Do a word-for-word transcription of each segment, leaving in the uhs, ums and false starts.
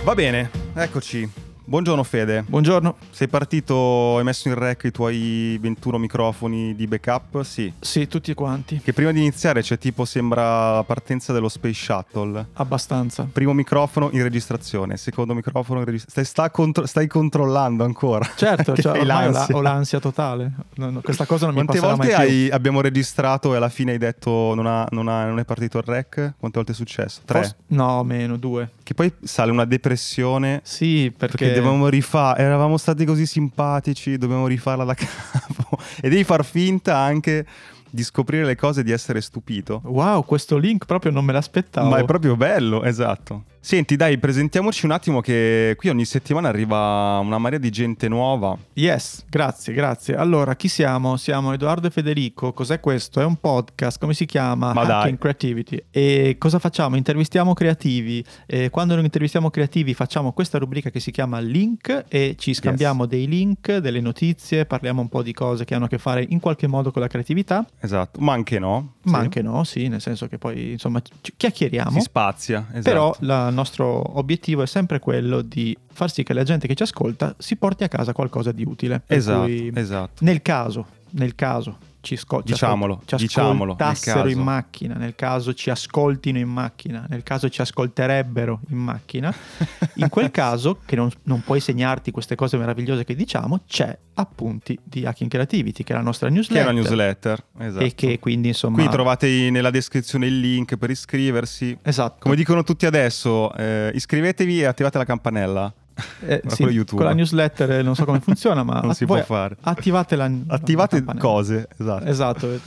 Va bene, eccoci. Buongiorno Fede. Buongiorno. Sei partito, hai messo in rec i tuoi ventuno microfoni di backup? Sì. Sì, tutti quanti. Che prima di iniziare c'è tipo sembra la partenza dello Space Shuttle. Abbastanza. Primo microfono in registrazione, secondo microfono in registrazione. Stai, sta contro- stai controllando ancora. Certo, cioè, ormai l'ansia. Ho, la, ho l'ansia totale. No, no, questa cosa non Quante mi passerà mai volte più. hai, abbiamo registrato e alla fine hai detto non, ha, non, ha, non è partito il rec? Quante volte è successo? Tre? Forse, no, meno, due. Che poi sale una depressione. Sì, perché... Perché dovevamo rifare, eravamo stati così simpatici, dobbiamo rifarla da capo. E devi far finta anche di scoprire le cose e di essere stupito. Wow, questo link proprio non me l'aspettavo. Ma è proprio bello, esatto. Senti, dai, presentiamoci un attimo che qui ogni settimana arriva una marea di gente nuova. Yes, grazie, grazie. Allora, chi siamo? Siamo Edoardo e Federico. Cos'è questo? È un podcast, come si chiama? Ma Hacking dai. Creativity. E cosa facciamo? Intervistiamo creativi. E quando non intervistiamo creativi facciamo questa rubrica che si chiama Link e ci scambiamo yes. dei link, delle notizie, parliamo un po' di cose che hanno a che fare in qualche modo con la creatività. Esatto, ma anche no. Ma sì. anche no, sì, nel senso che poi insomma chiacchieriamo. Si spazia, esatto. Però la, il nostro obiettivo è sempre quello di far sì che la gente che ci ascolta si porti a casa qualcosa di utile. Per esatto, cui, esatto. Nel caso, nel caso ci, sco- diciamolo, ci, ascol- ci diciamolo, ascoltassero nel in caso. macchina, nel caso ci ascoltino in macchina, nel caso ci ascolterebbero in macchina, in quel caso, che non, non puoi segnarti queste cose meravigliose che diciamo, c'è Appunti di Hacking Creativity, che è la nostra newsletter. Che è una newsletter, esatto. E che quindi insomma... Qui trovate nella descrizione il link per iscriversi. Esatto. Come dicono tutti adesso, eh, iscrivetevi e attivate la campanella. Eh, sì, con la newsletter non so come funziona, ma non si può fare. Attivate la attivate la cose, esatto. Esatto.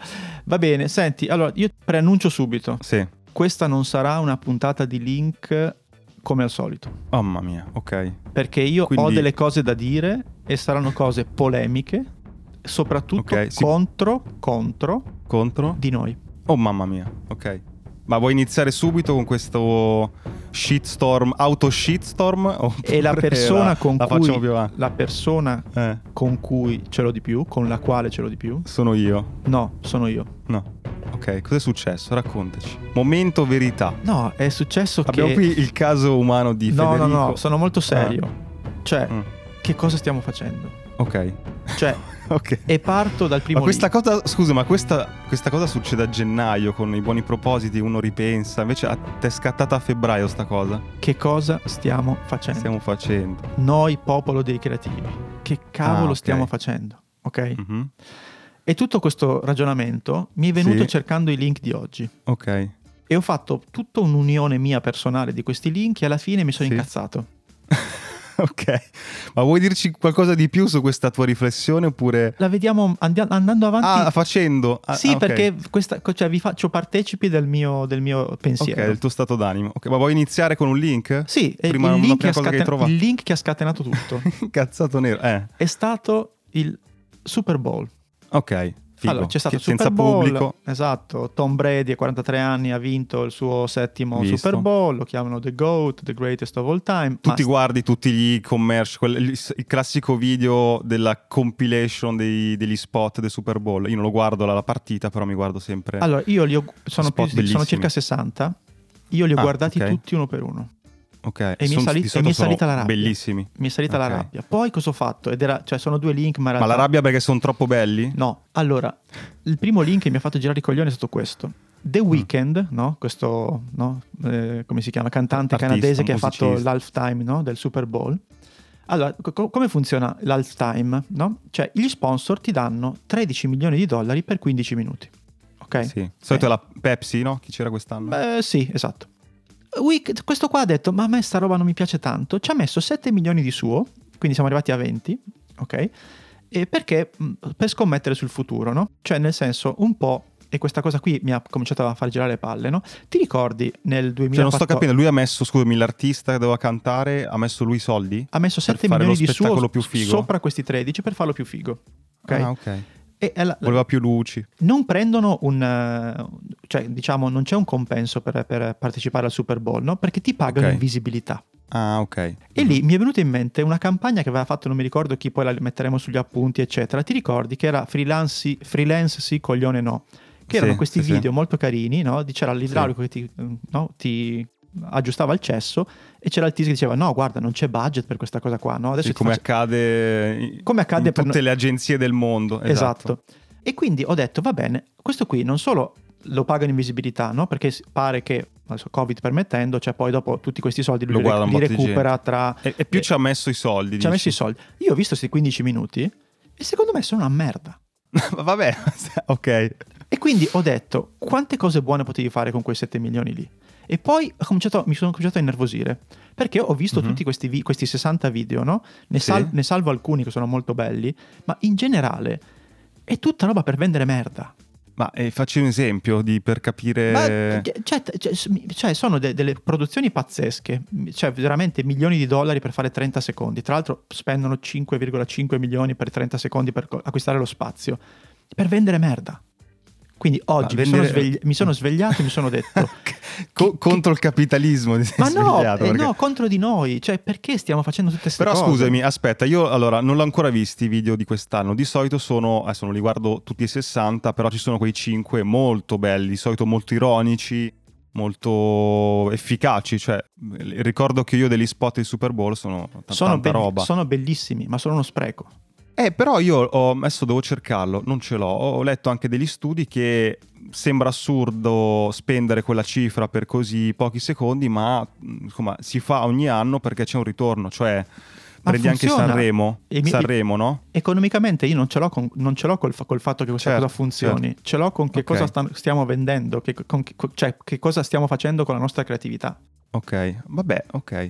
Va bene, senti, allora io preannuncio subito. Sì. Questa non sarà una puntata di Link come al solito. Mamma mia, ok. Perché io Quindi... ho delle cose da dire e saranno cose polemiche, soprattutto okay, sì. contro contro contro di noi. Oh mamma mia, ok. Ma vuoi iniziare subito con questo shitstorm, auto shitstorm? E la persona la, con la cui più avanti. la persona eh. con cui ce l'ho di più, con la quale ce l'ho di più? Sono io. No, sono io. No. Ok, cos'è successo? Raccontaci. Momento verità. No, è successo Abbiamo che Abbiamo qui il caso umano di no, Federico. No, no, no, sono molto serio. Ah. Cioè, mm. che cosa stiamo facendo? Ok. Cioè, okay. E parto dal primo ma questa link. cosa, scusa, ma questa, questa cosa succede a gennaio con i buoni propositi, uno ripensa, invece a te è scattata a febbraio sta cosa. Che cosa stiamo facendo? Stiamo facendo. Noi, popolo dei creativi. Che cavolo ah, okay. stiamo facendo? Ok? Mm-hmm. E tutto questo ragionamento mi è venuto sì. cercando i link di oggi. Ok. E ho fatto tutta un'unione mia personale di questi link e alla fine mi sono sì. incazzato. Ok, ma vuoi dirci qualcosa di più su questa tua riflessione oppure... La vediamo andi- andando avanti. Ah, facendo. Ah, sì, ah, okay. perché questa, cioè, vi faccio partecipi del mio, del mio pensiero. Ok, del tuo stato d'animo. Ok, ma vuoi iniziare con un link? Sì, prima il, link prima cosa scaten- che hai trovato. il link che ha scatenato tutto. Cazzato nero, eh. È stato il Super Bowl. Ok. Figo. Allora, c'è stato il senza Super Bowl, pubblico. Esatto, Tom Brady a quarantatré anni ha vinto il suo settimo Visto. Super Bowl, lo chiamano The GOAT, The Greatest of All Time. Tutti ma... guardi tutti gli commerci, quel, il, il classico video della compilation dei, degli spot del Super Bowl. Io non lo guardo la, la partita, però mi guardo sempre. Allora, io li ho, sono, più, sono circa sessanta, io li ho ah, guardati okay. tutti uno per uno. Ok, e mi è, sali- e mi è salita la rabbia. Bellissimi. Mi è salita okay. la rabbia. Poi cosa ho fatto? Ed era, cioè sono due link, ma in realtà... Ma la rabbia perché sono troppo belli? No. Allora, il primo link che mi ha fatto girare i coglioni è stato questo. The Weeknd, mm. no? Questo, no? Eh, come si chiama? Cantante Artista, canadese che musicista. ha fatto l'halftime, no? Del Super Bowl. Allora, co- come funziona l'halftime, no? Cioè, gli sponsor ti danno tredici milioni di dollari per quindici minuti. Ok? Sì. Solito è la Pepsi, no? Chi c'era quest'anno? Beh, sì, esatto. Week, questo qua ha detto, ma a me sta roba non mi piace tanto, ci ha messo sette milioni di suo, quindi siamo arrivati a venti, ok? E perché? Per scommettere sul futuro, no? Cioè nel senso, un po', e questa cosa qui mi ha cominciato a far girare le palle, no? Ti ricordi nel duemilaquattordici... Cioè non sto capendo, lui ha messo, scusami, l'artista che doveva cantare, ha messo lui i soldi? Ha messo sette milioni di suo più figo? Sopra questi tredici per farlo più figo, ok? Ah, ok. E la, voleva più luci. Non prendono un, cioè diciamo non c'è un compenso per, per partecipare al Super Bowl, no? Perché ti pagano okay. in visibilità. Ah, ok. E lì mi è venuta in mente una campagna che aveva fatto, non mi ricordo chi, poi la metteremo sugli appunti, eccetera. Ti ricordi che era freelance, freelance sì, coglione no? Che erano sì, questi sì, video sì. molto carini, no? C'era l'idraulico sì. che ti, no? ti aggiustava il cesso e c'era il tizio che diceva no guarda non c'è budget per questa cosa qua, no? Adesso sì, come, faccio... accade come accade in per tutte no... le agenzie del mondo. Esatto. esatto. E quindi ho detto va bene, questo qui non solo lo pagano in visibilità, no? Perché pare che adesso Covid permettendo, cioè poi dopo tutti questi soldi lui li, li recupera tra... E, e più eh, ci ha messo i soldi. Ci dici. ha messo i soldi. Io ho visto questi quindici minuti e secondo me sono una merda. Vabbè, ok. E quindi ho detto, quante cose buone potevi fare con quei sette milioni lì? E poi ho cominciato, mi sono cominciato a innervosire, perché ho visto mm-hmm. tutti questi, vi, questi sessanta video, no? Ne, sì. sal, ne salvo alcuni che sono molto belli, ma in generale è tutta roba per vendere merda. Ma eh, facci un esempio di, per capire... Ma, cioè, cioè, cioè sono de, delle produzioni pazzesche, cioè veramente milioni di dollari per fare trenta secondi. Tra l'altro spendono cinque virgola cinque milioni per trenta secondi per acquistare lo spazio, per vendere merda. Quindi oggi mi, vendere... sono svegli... mi sono svegliato e mi sono detto Co- contro il capitalismo ti sei ma no, eh, perché... no, contro di noi, cioè perché stiamo facendo tutte queste però cose? Però scusami, aspetta, io allora non l'ho ancora visti i video di quest'anno, di solito sono, adesso non li guardo tutti i sessanta, però ci sono quei cinque molto belli, di solito molto ironici, molto efficaci, cioè ricordo che io degli spot di Super Bowl sono t- sono tanta be- roba. Sono bellissimi, ma sono uno spreco. Eh, però io ho adesso devo cercarlo, non ce l'ho. Ho letto anche degli studi che sembra assurdo spendere quella cifra per così pochi secondi, ma insomma si fa ogni anno perché c'è un ritorno, cioè ma prendi funziona. Anche Sanremo, mi, Sanremo, no? Economicamente io non ce l'ho con, non ce l'ho col, col fatto che questa certo, cosa funzioni, certo. Ce l'ho con che okay. cosa sta, stiamo vendendo, che, con, cioè che cosa stiamo facendo con la nostra creatività. Ok, vabbè, ok.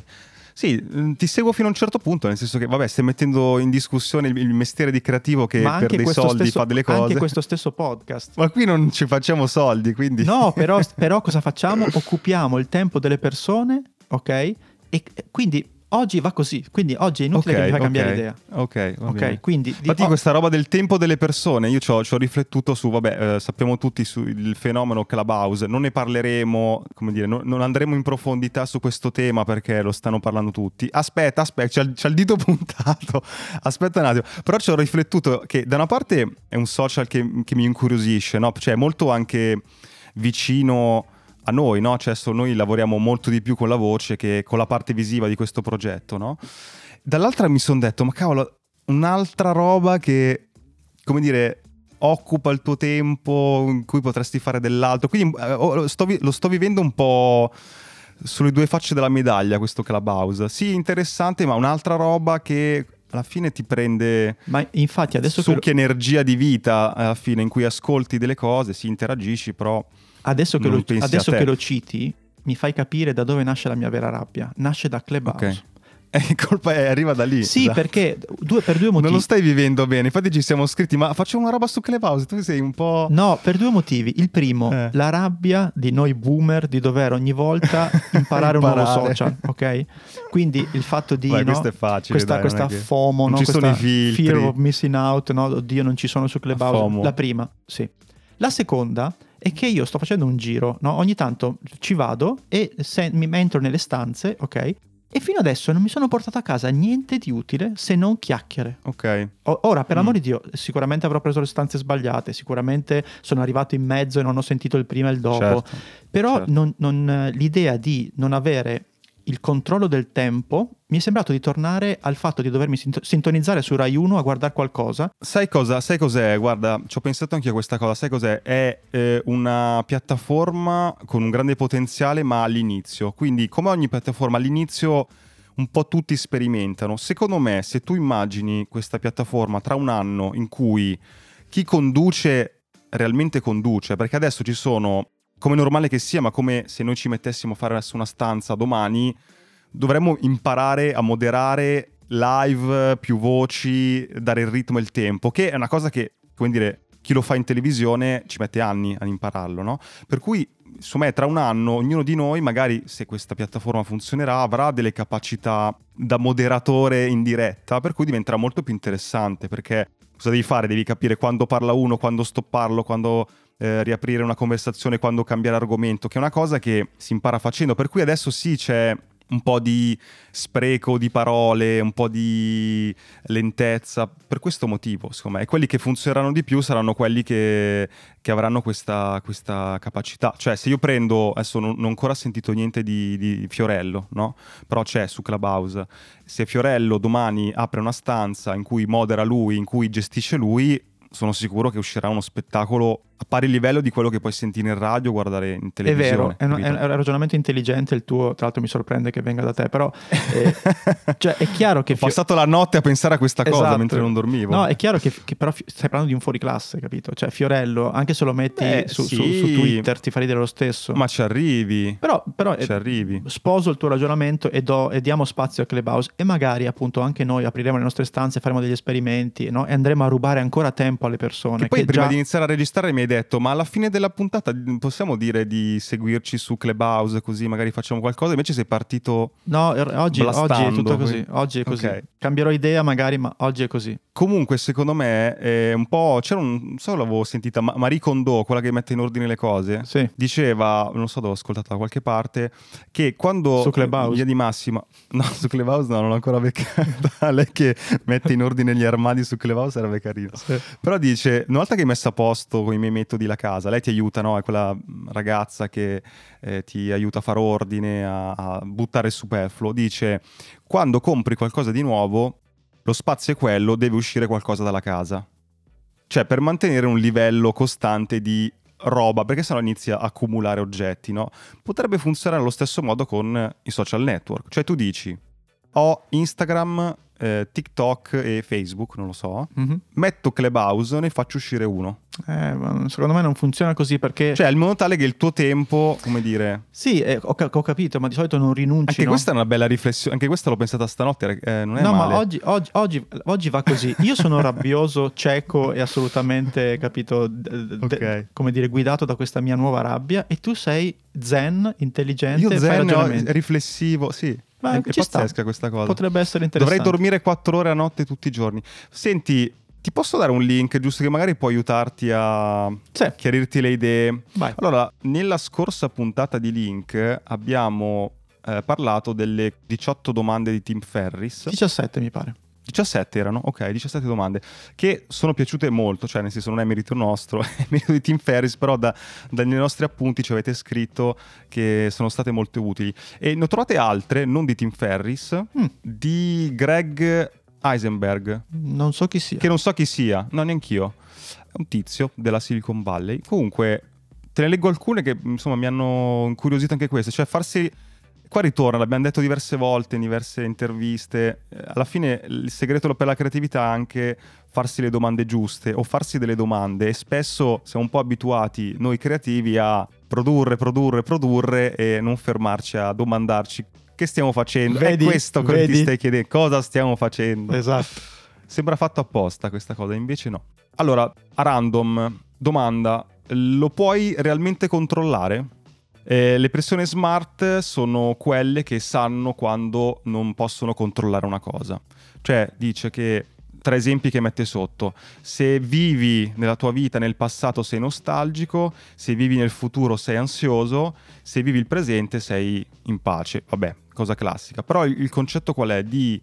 Sì, ti seguo fino a un certo punto, nel senso che vabbè, stai mettendo in discussione il, il mestiere di creativo che per dei soldi stesso, fa delle cose. Anche questo stesso podcast. Ma qui non ci facciamo soldi, quindi... No, però, però cosa facciamo? Occupiamo il tempo delle persone, ok? E quindi... Oggi va così, quindi oggi è inutile okay, che mi fai cambiare okay, idea. Ok, va okay quindi di... Infatti oh. questa roba del tempo delle persone, io ci ho, ci ho riflettuto su, vabbè, eh, sappiamo tutti sul fenomeno Clubhouse, non ne parleremo, come dire, no, non andremo in profondità su questo tema perché lo stanno parlando tutti. Aspetta, aspetta, c'è, c'è il dito puntato, aspetta un attimo. Però ci ho riflettuto che da una parte è un social che, che mi incuriosisce, no? Cioè è molto anche vicino... a noi, no? Cioè noi lavoriamo molto di più con la voce che con la parte visiva di questo progetto, no? Dall'altra mi sono detto, ma cavolo, un'altra roba che, come dire, occupa il tuo tempo, in cui potresti fare dell'altro. Quindi eh, sto vi- lo sto vivendo un po' sulle due facce della medaglia questo Clubhouse. Sì, interessante, ma un'altra roba che alla fine ti prende ma infatti adesso su che, che energia di vita alla fine, in cui ascolti delle cose, si interagisci, però adesso che, lo, adesso che lo citi mi fai capire da dove nasce la mia vera rabbia. Nasce da Clubhouse. Okay. E colpa è, arriva da lì. Sì, esatto. Perché due, per due motivi. Non lo stai vivendo bene. Infatti ci siamo scritti, ma facciamo una roba su Clubhouse. Tu sei un po'... No, per due motivi. Il primo, eh. la rabbia di noi boomer di dover ogni volta imparare, imparare. un nuovo social, ok? Quindi il fatto di... Beh, no, questo è facile. Questa, dai, questa che... FOMO, non no? ci questa sono i filtri. Fear of missing out, no? Oddio, non ci sono su Clubhouse. FOMO. La prima, sì. La seconda è che io sto facendo un giro, no? Ogni tanto ci vado e se, mi entro nelle stanze, ok? E fino adesso non mi sono portato a casa niente di utile se non chiacchiere. Ok. O- ora, per mm. l'amor di Dio, sicuramente avrò preso le stanze sbagliate, sicuramente sono arrivato in mezzo e non ho sentito il prima e il dopo. Certo, Però certo. Non, non, l'idea di non avere il controllo del tempo mi è sembrato di tornare al fatto di dovermi sint- sintonizzare su Rai uno a guardare qualcosa. Sai cosa? Sai cos'è? Guarda, ci ho pensato anche a questa cosa. Sai cos'è? È eh, una piattaforma con un grande potenziale, ma all'inizio. Quindi, come ogni piattaforma, all'inizio un po' tutti sperimentano. Secondo me, se tu immagini questa piattaforma tra un anno in cui chi conduce realmente conduce, perché adesso ci sono, come normale che sia, ma come se noi ci mettessimo a fare adesso una stanza domani, dovremmo imparare a moderare live, più voci, dare il ritmo e il tempo, che è una cosa che, come dire, chi lo fa in televisione ci mette anni ad impararlo, no? Per cui, insomma, tra un anno ognuno di noi, magari se questa piattaforma funzionerà, avrà delle capacità da moderatore in diretta, per cui diventerà molto più interessante, perché cosa devi fare? Devi capire quando parla uno, quando stopparlo, quando eh, riaprire una conversazione, quando cambiare argomento, che è una cosa che si impara facendo, per cui adesso sì c'è un po' di spreco di parole, un po' di lentezza, per questo motivo, secondo me. E quelli che funzioneranno di più saranno quelli che, che avranno questa, questa capacità. Cioè, se io prendo, adesso non, non ho ancora sentito niente di, di Fiorello, no? Però c'è su Clubhouse. Se Fiorello domani apre una stanza in cui modera lui, in cui gestisce lui, sono sicuro che uscirà uno spettacolo a pari livello di quello che puoi sentire in radio, guardare in televisione. È vero, è un, è un ragionamento intelligente il tuo, tra l'altro mi sorprende che venga da te, però eh, cioè è chiaro che... Ho passato la notte a pensare a questa cosa esatto. mentre non dormivo. No, è chiaro che, che però stai parlando di un fuoriclasse, capito? Cioè Fiorello, anche se lo metti Beh, su, sì. su, su Twitter ti fa ridere lo stesso. Ma ci arrivi. Però, però ci eh, arrivi. Sposo il tuo ragionamento e, do, e diamo spazio a Clubhouse e magari appunto anche noi apriremo le nostre stanze, faremo degli esperimenti, no? E andremo a rubare ancora tempo alle persone. Che poi che prima già... di iniziare a registrare mi hai detto, ma alla fine della puntata possiamo dire di seguirci su Clubhouse così magari facciamo qualcosa, invece sei partito no oggi, oggi è tutto così oggi è così okay. Cambierò idea magari, ma oggi è così. Comunque secondo me è un po', c'era un, non so, l'avevo sentita Marie Kondo, quella che mette in ordine le cose, sì. diceva, non so dove ho ascoltato da qualche parte, che quando su Clubhouse via di massima no su Clubhouse no non l'ho ancora beccata lei che mette in ordine gli armadi su Clubhouse sarebbe carino, sì. Però dice, una volta che hai messo a posto con i miei metodi la casa, lei ti aiuta, no? È quella ragazza che eh, ti aiuta a fare ordine, a, a buttare il superfluo. Dice, quando compri qualcosa di nuovo, lo spazio è quello, deve uscire qualcosa dalla casa. Cioè, per mantenere un livello costante di roba, perché sennò inizia a accumulare oggetti, no? Potrebbe funzionare allo stesso modo con i social network. Cioè, tu dici, ho Instagram, eh, TikTok e Facebook, non lo so, mm-hmm. metto Clubhouse, ne faccio uscire uno. Eh, secondo me non funziona così perché... Cioè, in modo tale che il tuo tempo, come dire... Sì, eh, ho, ho capito, ma di solito non rinunci, Anche no? questa è una bella riflessione, anche questa l'ho pensata stanotte, eh, non è no, male. No, ma oggi, oggi, oggi, oggi va così. Io sono rabbioso, cieco e assolutamente, capito, d- d- okay. come dire, guidato da questa mia nuova rabbia, e tu sei zen, intelligente, Io fai zen, ragionamenti. Riflessivo, sì. Ma è è pazzesca sta. Questa cosa. Potrebbe essere interessante. Dovrei dormire quattro ore a notte tutti i giorni. Senti, ti posso dare un link giusto che magari può aiutarti a sì. chiarirti le idee? Vai. Allora, nella scorsa puntata di Link abbiamo eh, parlato delle diciotto domande di Tim Ferriss. diciassette mi pare. diciassette erano, ok, diciassette domande che sono piaciute molto, cioè nel senso non è merito nostro, è merito di Tim Ferriss, però da, dai nostri appunti ci avete scritto che sono state molto utili. E ne ho trovate altre, non di Tim Ferriss, mm. di Greg Eisenberg. Non so chi sia. Che non so chi sia, no, neanch'io. È un tizio della Silicon Valley. Comunque, te ne leggo alcune che insomma mi hanno incuriosito anche queste, cioè farsi... Qua ritorna, l'abbiamo detto diverse volte in diverse interviste, alla fine il segreto per la creatività è anche farsi le domande giuste o farsi delle domande, e spesso siamo un po' abituati noi creativi a produrre, produrre, produrre e non fermarci a domandarci che stiamo facendo. Vedi, è questo che ti stai chiedendo, cosa stiamo facendo. Esatto. Sembra fatto apposta questa cosa, invece no. Allora, a random, domanda, lo puoi realmente controllare? Eh, le persone smart sono quelle che sanno quando non possono controllare una cosa. Cioè, dice che, tra esempi che mette sotto, se vivi nella tua vita nel passato sei nostalgico, se vivi nel futuro sei ansioso, se vivi il presente sei in pace. Vabbè, cosa classica. Però il, il concetto qual è? Di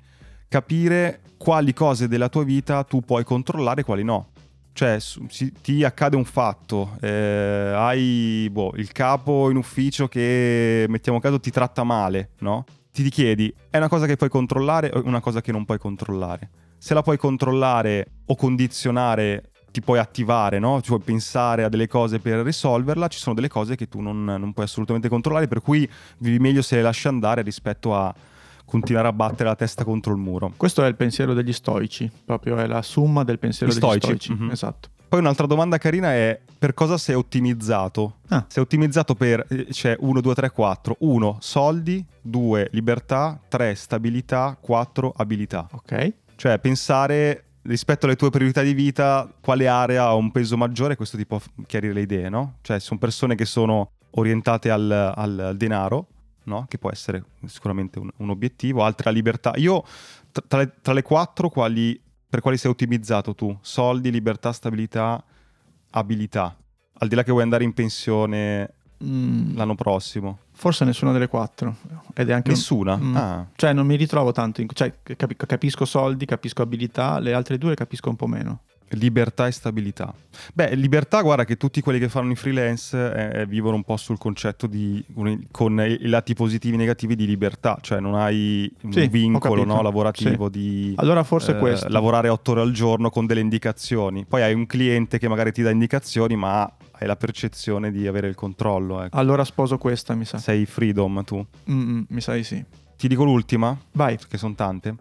capire quali cose della tua vita tu puoi controllare e quali no. Cioè, si, ti accade un fatto, eh, hai boh, il capo in ufficio che, mettiamo caso, ti tratta male, no? Ti, ti chiedi, è una cosa che puoi controllare o una cosa che non puoi controllare? Se la puoi controllare o condizionare, ti puoi attivare, no? Ci puoi pensare a delle cose per risolverla, ci sono delle cose che tu non, non puoi assolutamente controllare, per cui vivi meglio se le lasci andare rispetto a continuare a battere la testa contro il muro. Questo è il pensiero degli stoici, proprio è la summa del pensiero Gli degli stoici, stoici. Mm-hmm. Esatto. Poi un'altra domanda carina è: per cosa sei ottimizzato? Ah. Sei ottimizzato per, c'è uno, due, tre, quattro. uno, soldi. due, libertà. tre, stabilità. quattro, abilità. Ok. Cioè pensare rispetto alle tue priorità di vita quale area ha un peso maggiore, questo ti può chiarire le idee, no? Cioè sono persone che sono orientate al, al denaro, no? Che può essere sicuramente un, un obiettivo, altra libertà. Io tra le, tra le quattro quali, per quali sei ottimizzato tu? Soldi, libertà, stabilità, abilità. Al di là che vuoi andare in pensione mm. l'anno prossimo. Forse nessuna delle quattro. ed è anche Nessuna? un, mm, ah. Cioè non mi ritrovo tanto in, cioè, cap- capisco soldi, capisco abilità, le altre due le capisco un po' meno. Libertà e stabilità. Beh, libertà, guarda che tutti quelli che fanno i freelance eh, vivono un po' sul concetto di con i lati positivi e negativi di libertà, cioè non hai un Sì, vincolo, no, lavorativo sì. di allora forse eh, questo. lavorare otto ore al giorno con delle indicazioni. Poi hai un cliente che magari ti dà indicazioni, ma hai la percezione di avere il controllo. Ecco. Allora sposo questa, mi sa. Sei freedom tu. Mm-mm, mi sa di sì. Ti dico l'ultima? Vai. Perché sono tante.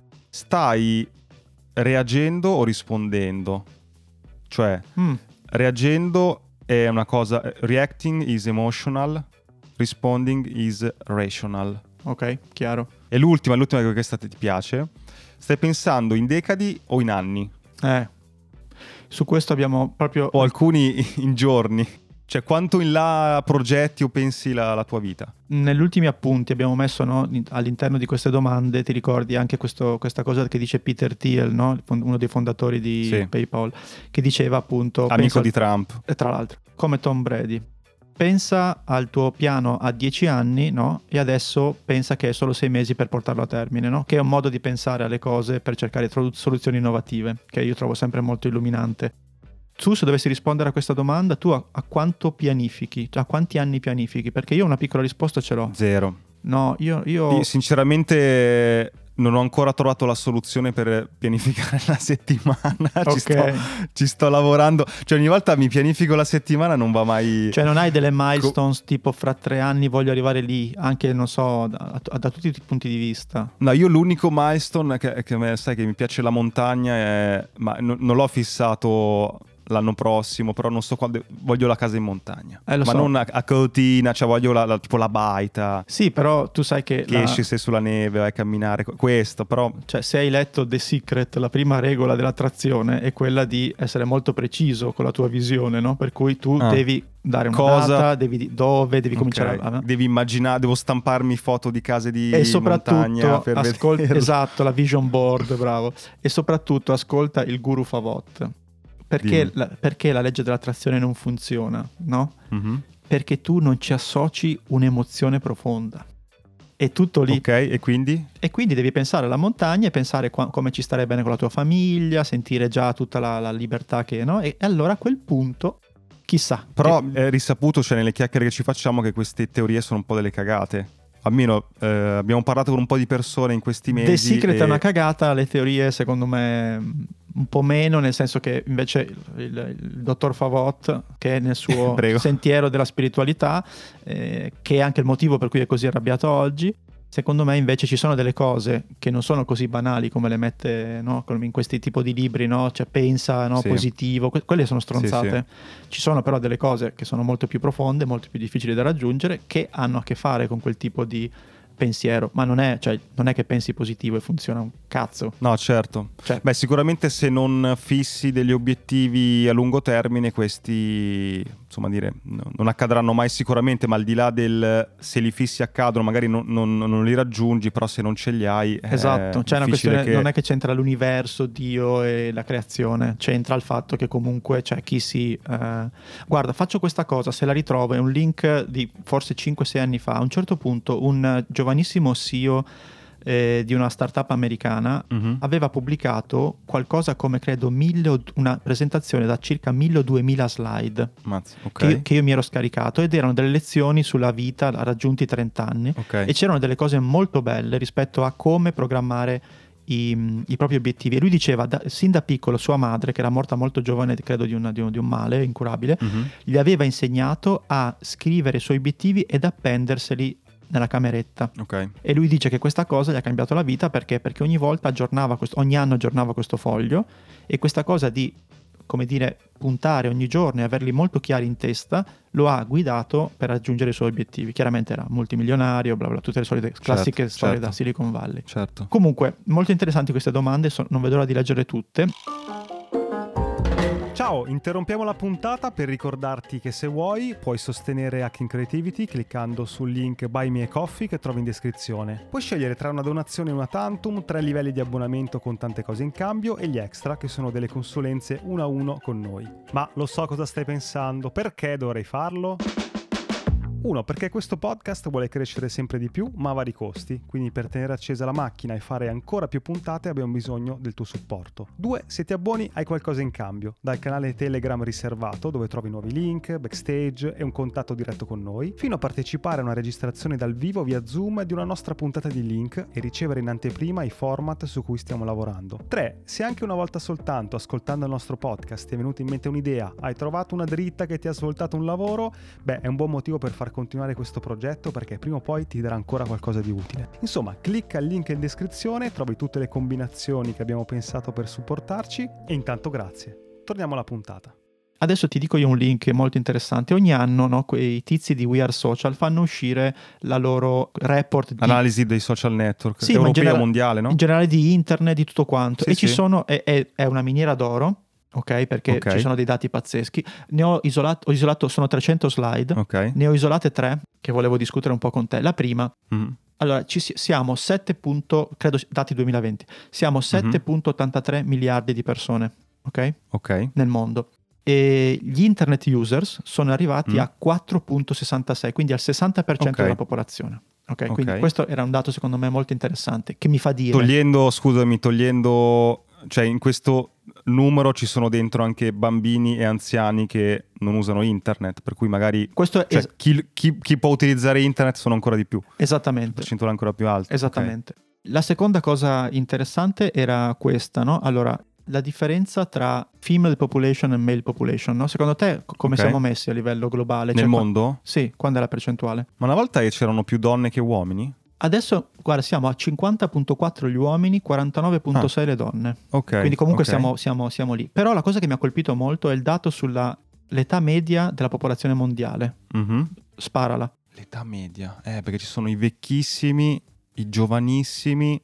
Stai reagendo o rispondendo? Cioè, mm. reagendo è una cosa, reacting is emotional, responding is rational. Ok, chiaro. E l'ultima, l'ultima che questa ti piace, stai pensando in decadi o in anni? Eh, su questo abbiamo proprio... O alcuni in giorni? Cioè, quanto in là progetti o pensi la, la tua vita? Negli ultimi appunti abbiamo messo, no, all'interno di queste domande, ti ricordi anche questo, questa cosa che dice Peter Thiel, no? Uno dei fondatori di sì. PayPal, che diceva appunto... Amico pensa, di Trump. Tra l'altro, come Tom Brady. Pensa al tuo piano a dieci anni, no? E adesso pensa che è solo sei mesi per portarlo a termine, no? Che è un modo di pensare alle cose per cercare tro- soluzioni innovative, che io trovo sempre molto illuminante. Tu, se dovessi rispondere a questa domanda, tu a, a quanto pianifichi? A quanti anni pianifichi? Perché io una piccola risposta ce l'ho. Zero. No, io... io... io sinceramente non ho ancora trovato la soluzione per pianificare la settimana. Okay. ci, sto, ci sto lavorando. Cioè ogni volta mi pianifico la settimana, non va mai... Cioè non hai delle milestones Co- tipo fra tre anni voglio arrivare lì, anche non so, da, da tutti i punti di vista? No, io l'unico milestone che, che me, sai che mi piace la montagna è... Ma no, non l'ho fissato... l'anno prossimo, però non so quando voglio la casa in montagna, eh, ma so. non a, a Cortina, cioè voglio la, la, tipo la baita. Sì, però tu sai che, che la... esci, sei sulla neve, vai a camminare, questo però... Cioè se hai letto The Secret, la prima regola dell'attrazione è quella di essere molto preciso con la tua visione, no? Per cui tu ah. devi dare una Cosa? data, devi dove, devi okay. cominciare a... Devi immaginare, devo stamparmi foto di case di e montagna per ascol- vederlo. Esatto, la vision board, bravo. E soprattutto ascolta il guru Favot. Perché la, perché la legge dell'attrazione non funziona, no? Mm-hmm. Perché tu non ci associ un'emozione profonda. È tutto lì. Ok, e quindi? E quindi devi pensare alla montagna e pensare qua, come ci stare bene con la tua famiglia, sentire già tutta la, la libertà che, no? E allora a quel punto, chissà. Però che... è risaputo, cioè nelle chiacchiere che ci facciamo, che queste teorie sono un po' delle cagate. Almeno eh, abbiamo parlato con un po' di persone in questi mesi. The Secret e... è una cagata, le teorie secondo me un po' meno, nel senso che invece il, il, il dottor Favot, che è nel suo sentiero della spiritualità, eh, che è anche il motivo per cui è così arrabbiato oggi, secondo me invece ci sono delle cose che non sono così banali come le mette, no, in questi tipo di libri, no? Cioè pensa, no, sì. positivo, que- quelle sono stronzate. Sì, sì. Ci sono però delle cose che sono molto più profonde, molto più difficili da raggiungere, che hanno a che fare con quel tipo di pensiero, ma non è, cioè, non è che pensi positivo e funziona un cazzo. No, certo. Cioè, beh, sicuramente se non fissi degli obiettivi a lungo termine, questi, insomma, dire, no, non accadranno mai sicuramente, ma al di là del se li fissi accadono, magari non, non, non li raggiungi, però se non ce li hai... Esatto, cioè una questione, che... non è che c'entra l'universo, Dio e la creazione, c'entra il fatto che comunque c'è chi si... Eh... Guarda, faccio questa cosa, se la ritrovo, è un link di forse cinque sei anni fa, a un certo punto un giovanissimo C E O eh, di una startup americana uh-huh. aveva pubblicato qualcosa come credo mille, una presentazione da circa mille o duemila slide Mazza, okay. che, che io mi ero scaricato, ed erano delle lezioni sulla vita raggiunti trenta anni, okay. e c'erano delle cose molto belle rispetto a come programmare I, i propri obiettivi. E lui diceva da, sin da piccolo sua madre, che era morta molto giovane, credo di, una, di, un, di un male incurabile, uh-huh. gli aveva insegnato a scrivere i suoi obiettivi ed appenderseli nella cameretta. Okay. E lui dice che questa cosa gli ha cambiato la vita perché perché ogni volta aggiornava questo, ogni anno aggiornava questo foglio, e questa cosa di, come dire, puntare ogni giorno e averli molto chiari in testa lo ha guidato per raggiungere i suoi obiettivi. Chiaramente era multimilionario, bla bla, tutte le solite classiche certo, storie certo. da Silicon Valley. Certo. Comunque, molto interessanti queste domande, so, non vedo l'ora di leggere tutte. Ciao, interrompiamo la puntata per ricordarti che se vuoi puoi sostenere Hacking Creativity cliccando sul link Buy Me a Coffee che trovi in descrizione. Puoi scegliere tra una donazione e una tantum, tre livelli di abbonamento con tante cose in cambio e gli extra che sono delle consulenze uno a uno con noi. Ma lo so cosa stai pensando, perché dovrei farlo? Uno, perché questo podcast vuole crescere sempre di più, ma a vari costi, quindi per tenere accesa la macchina e fare ancora più puntate abbiamo bisogno del tuo supporto. Due, se ti abboni hai qualcosa in cambio, dal canale Telegram riservato dove trovi nuovi link, backstage e un contatto diretto con noi, fino a partecipare a una registrazione dal vivo via Zoom di una nostra puntata di Link e ricevere in anteprima i format su cui stiamo lavorando. Tre, se anche una volta soltanto ascoltando il nostro podcast ti è venuta in mente un'idea, hai trovato una dritta che ti ha svoltato un lavoro, beh, è un buon motivo per far continuare questo progetto, perché prima o poi ti darà ancora qualcosa di utile. Insomma, clicca il link in descrizione, trovi tutte le combinazioni che abbiamo pensato per supportarci e intanto grazie. Torniamo alla puntata. Adesso ti dico io un link molto interessante. Ogni anno, no, quei tizi di We Are Social fanno uscire la loro report di analisi dei social network, sì, europea, generale, mondiale, no? In generale di internet, di tutto quanto. Sì, e ci sì. sono, è, è, è una miniera d'oro. Ok, perché okay. ci sono dei dati pazzeschi. Ne ho isolato, ho isolato sono trecento slide, okay. Ne ho isolate tre che volevo discutere un po' con te. La prima, mm. allora ci siamo sette, credo dati duemilaventi, siamo sette virgola ottantatré mm-hmm. miliardi di persone, ok? Ok. Nel mondo. E gli internet users sono arrivati mm. a quattro virgola sessantasei, quindi al sessanta per cento okay. della popolazione. Okay? Okay. Quindi questo era un dato secondo me molto interessante, che mi fa dire... Togliendo, scusami, togliendo... Cioè in questo numero ci sono dentro anche bambini e anziani che non usano internet, per cui magari questo cioè, es- chi, chi, chi può utilizzare internet sono ancora di più. Esattamente. Percentuale ancora più alta. Esattamente. Okay. La seconda cosa interessante era questa, no? Allora, la differenza tra female population e male population, no? Secondo te come okay. siamo messi a livello globale? Nel cioè, mondo? Qua... Sì, quando è la percentuale? Ma una volta c'erano più donne che uomini? Adesso, guarda, siamo a cinquanta virgola quattro gli uomini, quarantanove virgola sei ah. le donne. Ok. Quindi comunque okay. siamo, siamo, siamo lì. Però la cosa che mi ha colpito molto è il dato sull'età media della popolazione mondiale. Mm-hmm. Sparala. L'età media? Eh, perché ci sono i vecchissimi, i giovanissimi...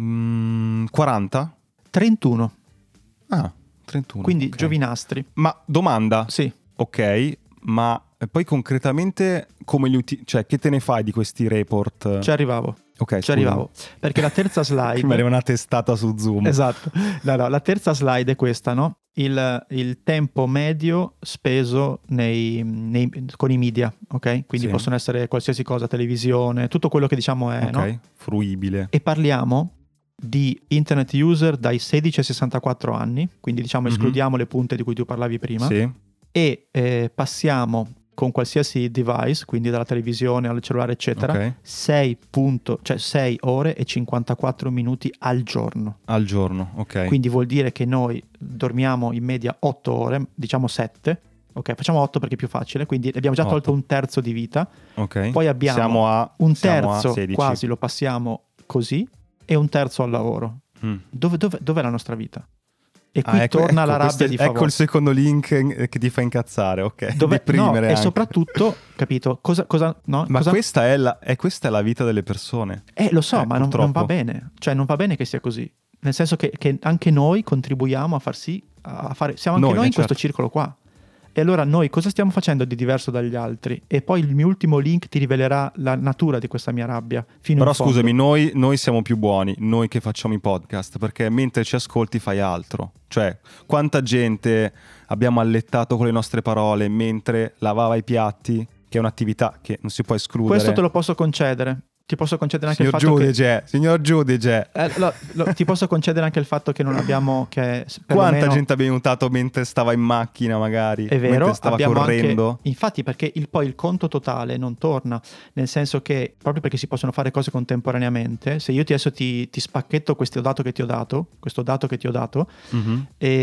Mm, quaranta? trentuno. Ah, trentuno. Quindi okay. giovinastri. Ma domanda? Sì. Ok, ma poi concretamente come li uti- cioè che te ne fai di questi report? Ci arrivavo. Ok, ci arrivavo. Perché la terza slide... mi arriva una testata su Zoom. Esatto. No, no, la terza slide è questa, no? Il, il tempo medio speso nei, nei, con i media, ok? Quindi sì. possono essere qualsiasi cosa, televisione, tutto quello che diciamo è, ok, no? fruibile. E parliamo di internet user dai sedici ai sessantaquattro anni, quindi diciamo mm-hmm. escludiamo le punte di cui tu parlavi prima, sì. e eh, passiamo con qualsiasi device, quindi dalla televisione al cellulare eccetera, okay. sei, punto, cioè sei ore e cinquantaquattro minuti al giorno. Al giorno, ok. Quindi vuol dire che noi dormiamo in media otto ore, diciamo sette, ok, facciamo otto perché è più facile, quindi abbiamo già tolto otto. Un terzo di vita, ok. Poi abbiamo siamo a, un siamo terzo a sedici. Quasi lo passiamo così e un terzo al lavoro. Mm. Dove, dove, dov'è la nostra vita? E qui ah, ecco, torna ecco, la rabbia di favore. Ecco il secondo link che ti fa incazzare, ok. Dove, no, e anche. soprattutto, capito, cosa... cosa no, ma cosa... Questa, è la, è, questa è la vita delle persone. Eh, lo so, eh, ma non, non va bene. Cioè, non va bene che sia così. Nel senso che, che anche noi contribuiamo a far sì, a fare... Siamo anche noi, noi in certo. questo circolo qua. E allora noi cosa stiamo facendo di diverso dagli altri? E poi il mio ultimo link ti rivelerà la natura di questa mia rabbia. Fino Però in fondo. scusami, noi, noi siamo più buoni, noi che facciamo i podcast, perché mentre ci ascolti fai altro. Cioè, quanta gente abbiamo allettato con le nostre parole mentre lavava i piatti, che è un'attività che non si può escludere. Questo te lo posso concedere. Ti posso concedere anche signor il fatto giudice, che... Signor giudice, eh, lo, lo, ti posso concedere anche il fatto che non abbiamo che quanta meno... gente abbiamo aiutato mentre stava in macchina magari, è vero, mentre stava abbiamo correndo anche... infatti perché il, poi il conto totale non torna, nel senso che proprio perché si possono fare cose contemporaneamente, se io ti adesso ti, ti spacchetto questo dato che ti ho dato questo dato che ti ho dato mm-hmm.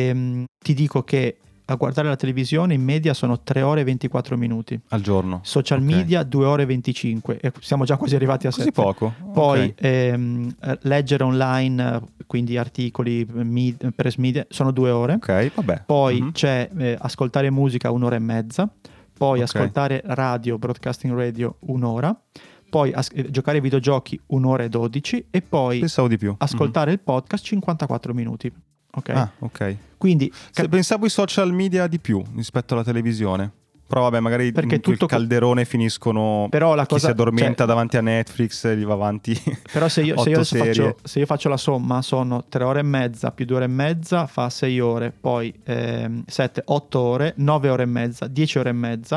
e ti dico che a guardare la televisione in media sono tre ore e ventiquattro minuti al giorno, social okay. media due ore e venticinque e siamo già quasi arrivati a così sette. Poco Poi okay. ehm, leggere online, quindi articoli, med- press media, sono due ore ok, vabbè. Poi mm-hmm. c'è eh, ascoltare musica un'ora e mezza, poi okay. ascoltare radio, broadcasting radio un'ora, poi as- giocare ai videogiochi un'ora e dodici e poi pensavo di più. ascoltare mm-hmm. il podcast cinquantaquattro minuti. Ok. Ah, ok. Quindi cap- pensavo ai social media di più rispetto alla televisione. Però vabbè, magari perché in tutto il calderone co- finiscono. Però la cosa, chi si addormenta cioè, davanti a Netflix e gli va avanti. Però se io, se io faccio, se io faccio la somma, sono tre ore e mezza più due ore e mezza fa sei ore, poi ehm, sette, otto ore, nove ore e mezza, dieci ore e mezza,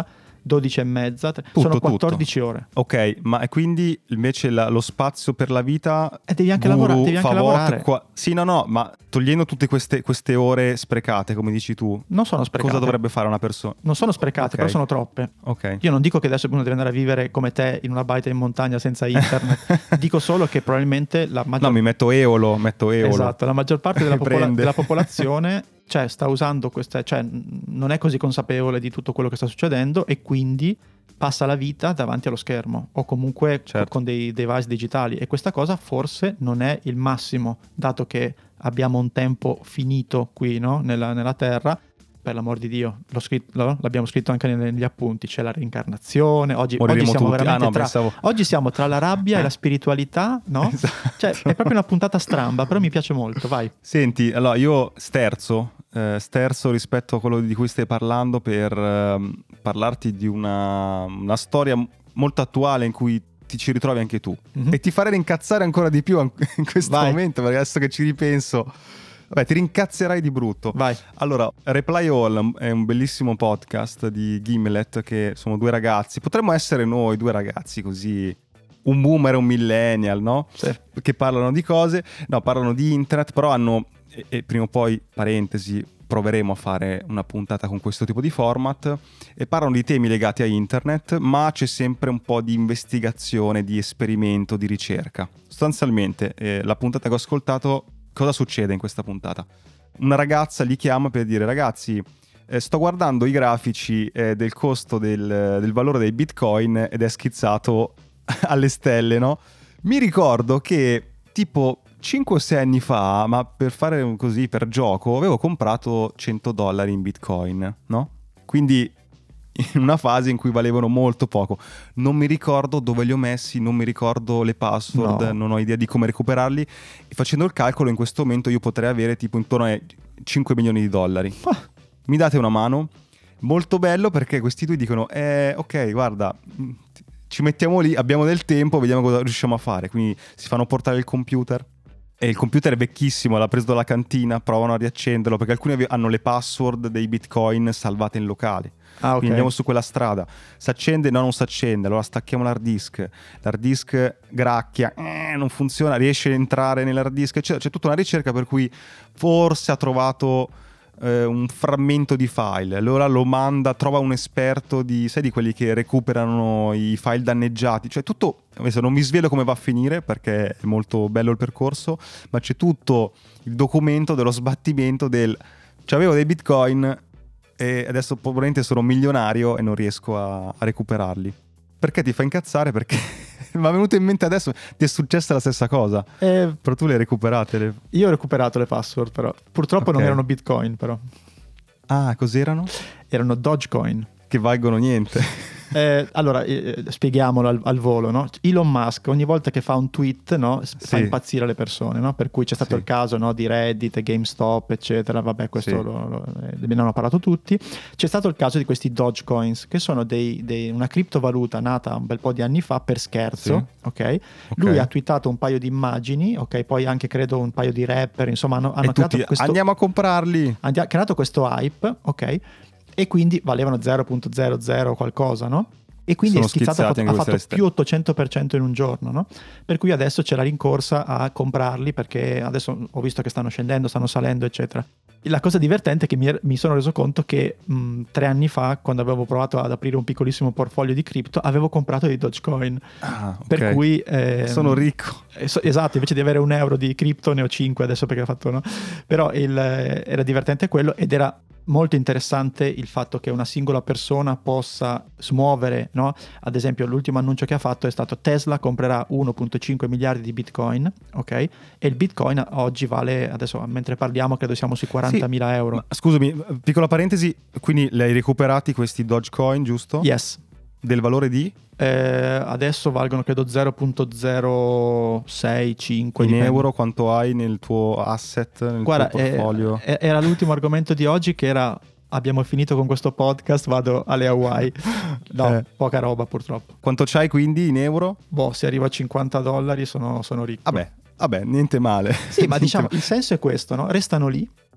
dodici e mezza, tutto, sono quattordici tutto. ore. Ok, ma e quindi invece la, lo spazio per la vita... E devi anche, guru, lavora- devi anche favot, lavorare. Qua... Sì, no, no, ma togliendo tutte queste, queste ore sprecate, come dici tu, Non sono sprecate. cosa dovrebbe fare una persona? Non sono sprecate, Ok. però sono troppe. Ok. Io non dico che adesso uno deve andare a vivere come te in una baita in montagna senza internet. Dico solo che probabilmente la maggior... No, mi metto Eolo, metto Eolo. Esatto, la maggior parte della, popola- Prende. della popolazione cioè, sta usando queste, cioè non è così consapevole di tutto quello che sta succedendo e quindi passa la vita davanti allo schermo o comunque Certo. con dei device digitali, e questa cosa forse non è il massimo, dato che abbiamo un tempo finito qui, no? nella, nella Terra. Per l'amor di Dio, l'ho scritto, no? L'abbiamo scritto anche negli appunti, c'è la reincarnazione, oggi, oggi Moriremo siamo tutti. veramente Ah, no, tra, pensavo- oggi siamo tra la rabbia e la spiritualità, no? Esatto. Cioè è proprio una puntata stramba, però mi piace molto, vai. Senti, allora io sterzo, eh, sterzo rispetto a quello di cui stai parlando per ehm, parlarti di una, una storia molto attuale in cui ti ci ritrovi anche tu. Mhm. E ti farei incazzare ancora di più an- in questo Vai. momento, perché adesso che ci ripenso, vabbè, ti rincazzerai di brutto. Vai. Allora, Reply All è un bellissimo podcast di Gimlet, che sono due ragazzi, potremmo essere noi due ragazzi così, un boomer e un millennial, no? Sì. Che parlano di cose, no, parlano di internet, però hanno, e, e prima o poi, parentesi, proveremo a fare una puntata con questo tipo di format, e parlano di temi legati a internet, ma c'è sempre un po' di investigazione, di esperimento, di ricerca. Sostanzialmente, eh, la puntata che ho ascoltato, cosa succede in questa puntata? Una ragazza li chiama per dire: ragazzi, eh, sto guardando i grafici eh, del costo del, del valore dei bitcoin ed è schizzato alle stelle, no? Mi ricordo che tipo cinque o sei anni fa, ma per fare così, per gioco, avevo comprato cento dollari in bitcoin, no? Quindi in una fase in cui valevano molto poco. Non mi ricordo dove li ho messi, non mi ricordo le password, No. non ho idea di come recuperarli, e facendo il calcolo in questo momento io potrei avere tipo intorno ai cinque milioni di dollari. Ah. Mi date una mano? Molto bello, perché questi due dicono eh, ok, guarda, mh, ci mettiamo lì, abbiamo del tempo, vediamo cosa riusciamo a fare. Quindi si fanno portare il computer, e il computer è vecchissimo, l'ha preso dalla cantina, provano a riaccenderlo perché alcuni ave- hanno le password dei bitcoin salvate in locale. Ah, ok. Quindi andiamo su quella strada, si accende, no, non si accende, allora stacchiamo l'hard disk, l'hard disk gracchia, eh, non funziona, riesce a entrare nell'hard disk, c'è, c'è tutta una ricerca per cui forse ha trovato eh, un frammento di file, allora lo manda, trova un esperto di, sai, di quelli che recuperano i file danneggiati, cioè tutto. Adesso non vi svelo come va a finire perché è molto bello il percorso, ma c'è tutto il documento dello sbattimento del c'avevo dei bitcoin e adesso probabilmente sono milionario e non riesco a, a recuperarli. Perché ti fa incazzare? Perché mi è venuto in mente adesso, ti è successa la stessa cosa, Eh, però tu le hai recuperate le... io ho recuperato le password, però purtroppo non Ok. erano bitcoin, però Ah, cos'erano? erano Dogecoin. Che valgono niente. Eh, allora, eh, spieghiamolo al, al volo, no? Elon Musk ogni volta che fa un tweet, no, s- fa Sì. impazzire le persone, no? Per cui c'è stato Sì. il caso, no, di Reddit, GameStop, eccetera. Vabbè, questo Sì. lo, lo, eh, ne hanno parlato tutti. C'è stato il caso di questi Dogecoins, che sono dei, dei- una criptovaluta nata un bel po' di anni fa per scherzo, ok? Lui ha tweetato un paio di immagini, ok? Poi anche credo un paio di rapper, insomma, hanno, hanno E creato tutti, questo... andiamo a comprarli. ha creato questo hype, ok? E quindi valevano zero virgola zero zero qualcosa, no? E quindi Sono è schizzato, ha schizzati fatto, anche ha queste fatto più ottocento per cento in un giorno, no? Per cui adesso c'è la rincorsa a comprarli, perché adesso ho visto che stanno scendendo, stanno salendo, eccetera. La cosa divertente è che mi, er- mi sono reso conto che mh, tre anni fa, quando avevo provato ad aprire un piccolissimo portfolio di cripto, avevo comprato dei Dogecoin. Ah, ok. Per cui... ehm, Sono ricco. eh, so- Esatto, invece di avere un euro di cripto ne ho cinque adesso perché ho fatto, no? Però il, eh, era divertente quello, ed era molto interessante il fatto che una singola persona possa smuovere, no? Ad esempio l'ultimo annuncio che ha fatto è stato: Tesla comprerà uno virgola cinque miliardi di bitcoin, ok? E il bitcoin oggi vale, adesso mentre parliamo credo siamo sui quarantamila euro. Ma, scusami, piccola parentesi, quindi li hai recuperati questi Dogecoin, giusto? Yes. Del valore di? Eh, adesso valgono credo zero virgola zero sei cinque In dipende. euro quanto hai nel tuo asset, nel Guarda, tuo portfolio? eh, era l'ultimo argomento di oggi, che era: abbiamo finito con questo podcast, vado alle Hawaii. No, Eh. poca roba purtroppo. Quanto c'hai quindi in euro? Boh, se arrivo a cinquanta dollari sono, sono ricco. Vabbè, vabbè, niente male. Sì, ma Niente diciamo, male. il senso è questo, no? Restano lì,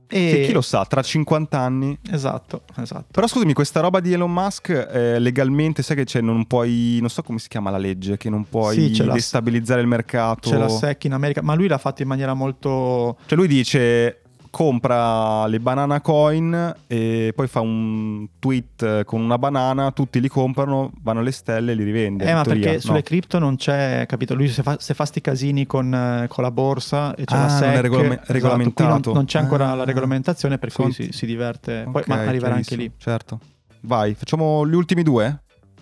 E... Che chi lo sa, tra cinquanta anni. Esatto, esatto. Però scusami, questa roba di Elon Musk eh, legalmente, sai che c'è, non puoi, non so come si chiama la legge, che non puoi sì, destabilizzare il mercato. C'è la S E C in America, ma lui l'ha fatto in maniera molto... Cioè lui dice... compra le banana coin e poi fa un tweet con una banana, tutti li comprano, vanno alle stelle e li rivende. Eh, ma teoria, perché no? sulle cripto non c'è, capito? Lui se fa, se fa sti casini con, con la borsa e c'è ah, la S E C, non è regolame- esatto, regolamentato. Qui non, non c'è ancora ah, la regolamentazione, per cui conti. si, si diverte. Okay, poi, ma arriverà anche lì. Certo. Vai, facciamo gli ultimi due?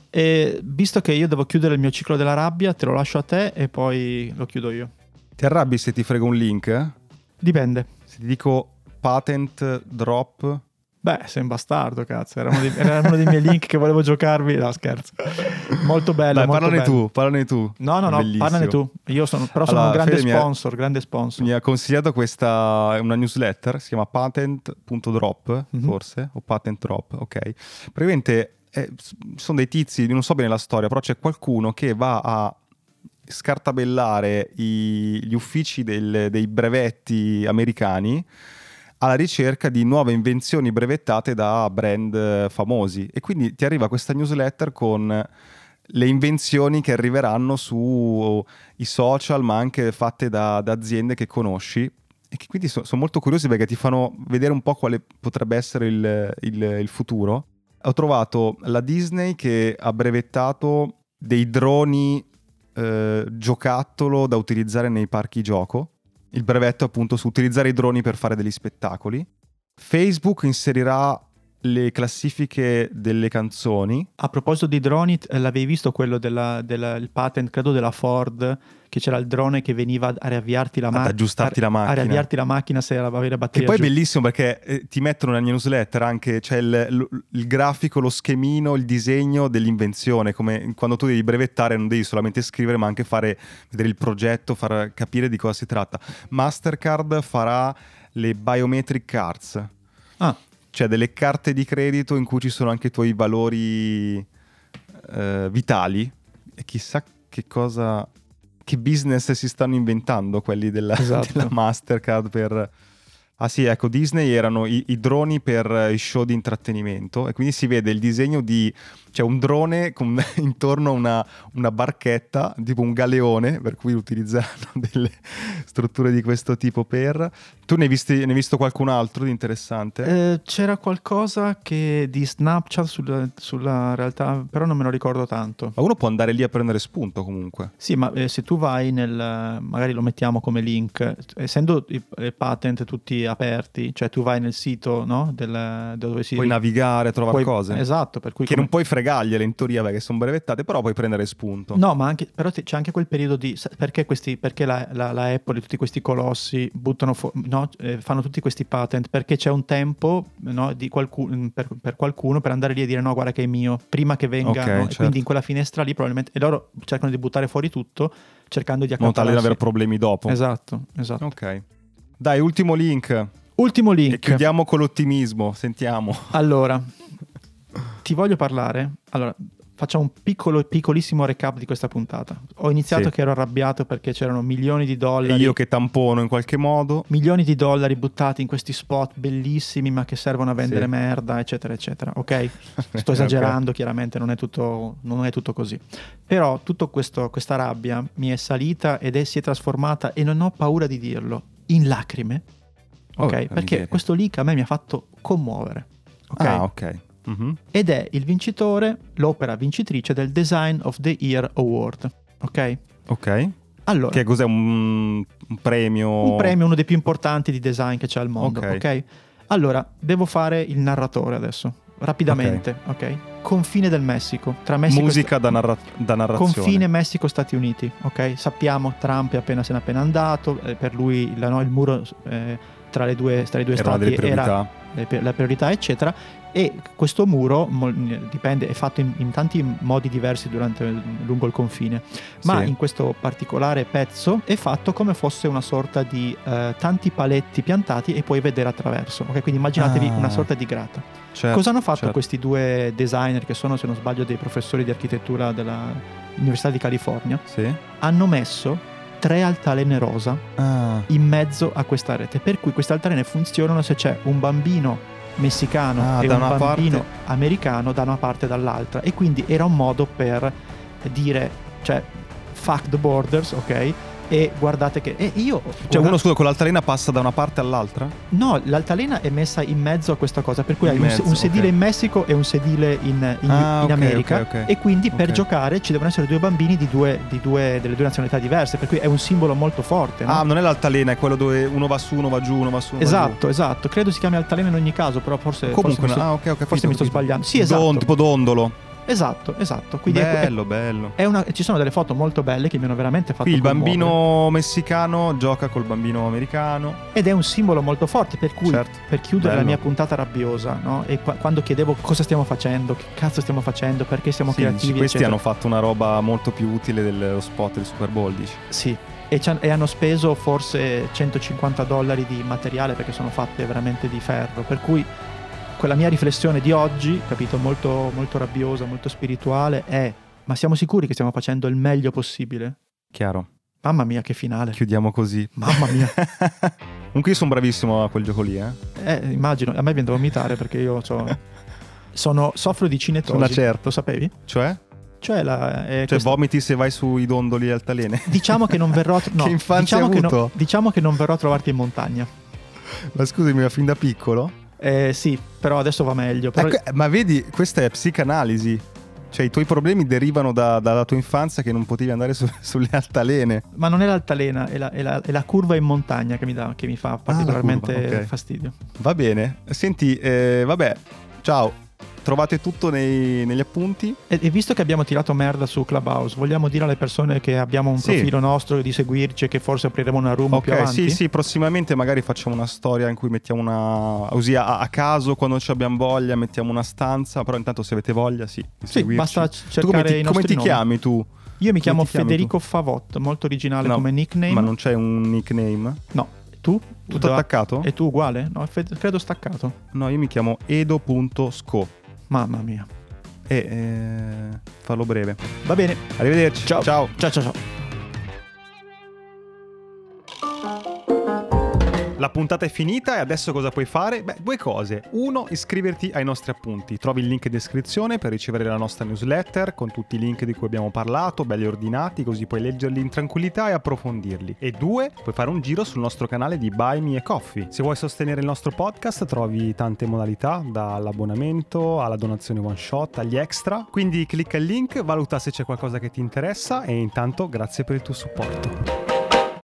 E visto che io devo chiudere il mio ciclo della rabbia, te lo lascio a te e poi lo chiudo io. Ti arrabbi se ti frego un link? Dipende. Se ti dico patent drop? Beh, sei un bastardo, cazzo. Era uno dei, era uno dei miei link che volevo giocarvi. No, scherzo. Molto bello. Dai, molto parlane bello. tu, parlane tu. No, no, no, Bellissimo. parlane tu. Io sono, però sono Allora, un grande Fede mi ha- sponsor, grande sponsor. Mi ha consigliato questa, una newsletter, si chiama patent punto drop, Mhm. forse, o patent drop, ok. Praticamente eh, s- sono dei tizi, non so bene la storia, però c'è qualcuno che va a scartabellare i- gli uffici del- dei brevetti americani alla ricerca di nuove invenzioni brevettate da brand eh, famosi. E quindi ti arriva questa newsletter con le invenzioni che arriveranno sui social, ma anche fatte da, da aziende che conosci e che quindi so- sono molto curiosi perché ti fanno vedere un po' quale potrebbe essere il, il- il futuro. Ho trovato la Disney che ha brevettato dei droni eh, giocattolo da utilizzare nei parchi gioco. Il brevetto appunto su utilizzare i droni per fare degli spettacoli. Facebook inserirà le classifiche delle canzoni. A proposito di droni, eh, l'avevi visto quello del patent, credo, della Ford, che c'era il drone che veniva a riavviarti la, Ad ma- aggiustarti la macchina. a riavviarti la macchina se avevi la Che batteria poi è giù. bellissimo perché eh, ti mettono nella newsletter anche c'è il, il- il grafico, lo schemino, il disegno dell'invenzione, come quando tu devi brevettare non devi solamente scrivere ma anche fare vedere il progetto, far capire di cosa si tratta. Mastercard farà le biometric cards, Ah, cioè delle carte di credito in cui ci sono anche i tuoi valori eh, vitali e chissà che cosa, che business si stanno inventando quelli della, Esatto. della Mastercard per... Ah sì, ecco, Disney erano i, i droni per i show di intrattenimento e quindi si vede il disegno di... C'è un drone con intorno a una, una barchetta, tipo un galeone, per cui utilizzeranno delle strutture di questo tipo per... Tu ne hai, visti, ne hai visto qualcun altro di interessante? eh, c'era qualcosa che di Snapchat sulla, sulla realtà, però non me lo ricordo tanto. Ma uno può andare lì a prendere spunto comunque. Sì, ma eh, se tu vai nel, magari lo mettiamo come link, essendo i, i patent tutti aperti, cioè tu vai nel sito, no, del, dove si... Puoi navigare, trovare puoi- cose. Esatto, per cui... Che come- non puoi fregargliele in teoria perché sono brevettate, però puoi prendere spunto. No, ma anche, però te- c'è anche quel periodo di... sa- Perché, questi, perché la, la, la Apple e tutti questi colossi buttano fu- no, eh, fanno tutti questi patent? Perché c'è un tempo, no, di qualcu- per, per qualcuno per andare lì e dire no, guarda che è mio, prima che venga. Ok, no? E certo. quindi in quella finestra lì probabilmente... E loro cercano di buttare fuori tutto cercando di Non tale da accaparrarsi. avere problemi dopo. Esatto, esatto. Ok. Dai, ultimo link. Ultimo E link. chiudiamo con l'ottimismo. Sentiamo. Allora, ti voglio parlare. Allora, facciamo un piccolo, piccolissimo recap di questa puntata. Ho iniziato Sì. che ero arrabbiato perché c'erano milioni di E dollari. io che tampono in qualche modo. Milioni di dollari buttati in questi spot bellissimi, ma che servono a vendere Sì. merda, eccetera, eccetera. Ok? Sto esagerando, chiaramente, non è tutto, non è tutto così. Però tutta questa rabbia mi è salita ed è, si è trasformata, e non ho paura di dirlo, in lacrime. Ok? Oh, Perché miseria. questo leak a me mi ha fatto commuovere. Ok? Ah, ok. Mhm. Ed è il vincitore, l'opera vincitrice del Design of the Year Award. Ok? Ok. Allora, Che cos'è un, un premio? un premio, uno dei più importanti di design che c'è al mondo. Ok. Ok? Allora, devo fare il narratore adesso, rapidamente. Ok? Confine del Messico. Tra Messico e Musica da, narra- da narrazione. Confine Messico-Stati Uniti, ok? Sappiamo Trump è appena se n'è appena andato, eh, per lui la- no, il muro eh, tra le due, tra i due Era una stati delle priorità. era le- la priorità, eccetera. E questo muro mo- dipende, è fatto in, in tanti modi diversi durante, lungo il confine, ma Sì. in questo particolare pezzo è fatto come fosse una sorta di eh, tanti paletti piantati e puoi vedere attraverso, ok? Quindi immaginatevi Ah. una sorta di grata. Certo, Cosa hanno fatto certo. questi due designer, che sono, se non sbaglio, dei professori di architettura dell'Università di California? Sì. Hanno messo tre altalene rosa Ah. in mezzo a questa rete, per cui queste altalene funzionano se c'è un bambino messicano Ah, e da un una bambino parte. americano da una parte e dall'altra, e quindi era un modo per dire, cioè, fuck the borders, ok? E guardate che e io Cioè guarda- uno, scusa, con l'altalena passa da una parte all'altra? no, l'altalena è messa in mezzo a questa cosa, per cui In hai un, se- mezzo, un sedile ok. in Messico e un sedile in, in- Ah, in ok, America, ok, ok. e quindi per Ok. giocare ci devono essere due bambini di due, di due, delle due nazionalità diverse, per cui è un simbolo molto forte, no? Ah, non è l'altalena, è quello dove uno va su, uno va giù, uno va su, uno va giù. Esatto, esatto, credo si chiami altalena in ogni caso, però forse, Comunque, forse mi sto, ah, ok, ho capito, forse mi sto ho capito. sbagliando. Sì, esatto. Don- tipo dondolo. Esatto, esatto. Quindi è- bello, bello. è una, ci sono delle foto molto belle che mi hanno veramente fatto Qui il commuovere. bambino messicano gioca col bambino americano. Ed è un simbolo molto forte, per cui Certo. per chiudere Bello. la mia puntata rabbiosa, no? E qua- quando chiedevo cosa stiamo facendo, che cazzo stiamo facendo, perché siamo Sì, creativi, dici, questi eccetera. hanno fatto una roba molto più utile dello spot del Super Bowl, dici. Sì, e, ci han- e hanno speso forse centocinquanta dollari di materiale perché sono fatte veramente di ferro, per cui quella mia riflessione di oggi, capito, molto, molto rabbiosa, molto spirituale, è: ma siamo sicuri che stiamo facendo il meglio possibile? Chiaro. Mamma mia, che finale. Chiudiamo così. Mamma mia. Comunque io sono bravissimo a quel gioco lì, eh. Eh, immagino, a me viene da vomitare perché io so- sono, soffro di cinetosi. Sono certo. Lo sapevi? Cioè? Cioè, la, è Cioè questa- vomiti se vai sui dondoli altalene. diciamo che non verrò a tro- no, Che infanzia diciamo hai che no- avuto? diciamo che non verrò a trovarti in montagna. Ma scusami, ma fin da piccolo? Eh, sì, però adesso va meglio. Però- Ecco, ma vedi, questa è psicanalisi. Cioè i tuoi problemi derivano da- dalla tua infanzia che non potevi andare su- sulle altalene. Ma non è l'altalena, è la, è la- è la curva in montagna che mi, dà, che mi fa particolarmente curva, ok. fastidio. Va bene. Senti, eh, vabbè, ciao. Trovate tutto nei- negli appunti. E, e visto che abbiamo tirato merda su Clubhouse, vogliamo dire alle persone che abbiamo un Sì. profilo nostro di seguirci e che forse apriremo una room più Ok, avanti? sì, sì, prossimamente magari facciamo una storia in cui mettiamo una... così a, a caso, quando ci abbiamo voglia, mettiamo una stanza, però intanto se avete voglia, sì. di Sì, seguirci. basta Tu cercare come ti, i come nostri ti nomi. chiami tu? Io mi chiamo ti chiami Federico Favot, molto originale No, come nickname. Ma non c'è un nickname? No, tu? Tutto Da- attaccato? E tu uguale? No, Fed- credo staccato. No, io mi chiamo edo.sco. Mamma mia. E eh, fallo breve. Va bene. Arrivederci. Ciao. Ciao. Ciao ciao ciao. La puntata è finita e adesso cosa puoi fare? Beh, due cose. Uno, iscriverti ai nostri appunti. Trovi il link in descrizione per ricevere la nostra newsletter con tutti i link di cui abbiamo parlato, belli ordinati, così puoi leggerli in tranquillità e approfondirli. E due, puoi fare un giro sul nostro canale di Buy Me a Coffee. Se vuoi sostenere il nostro podcast trovi tante modalità, dall'abbonamento alla donazione one shot, agli extra. Quindi clicca il link, valuta se c'è qualcosa che ti interessa e intanto grazie per il tuo supporto.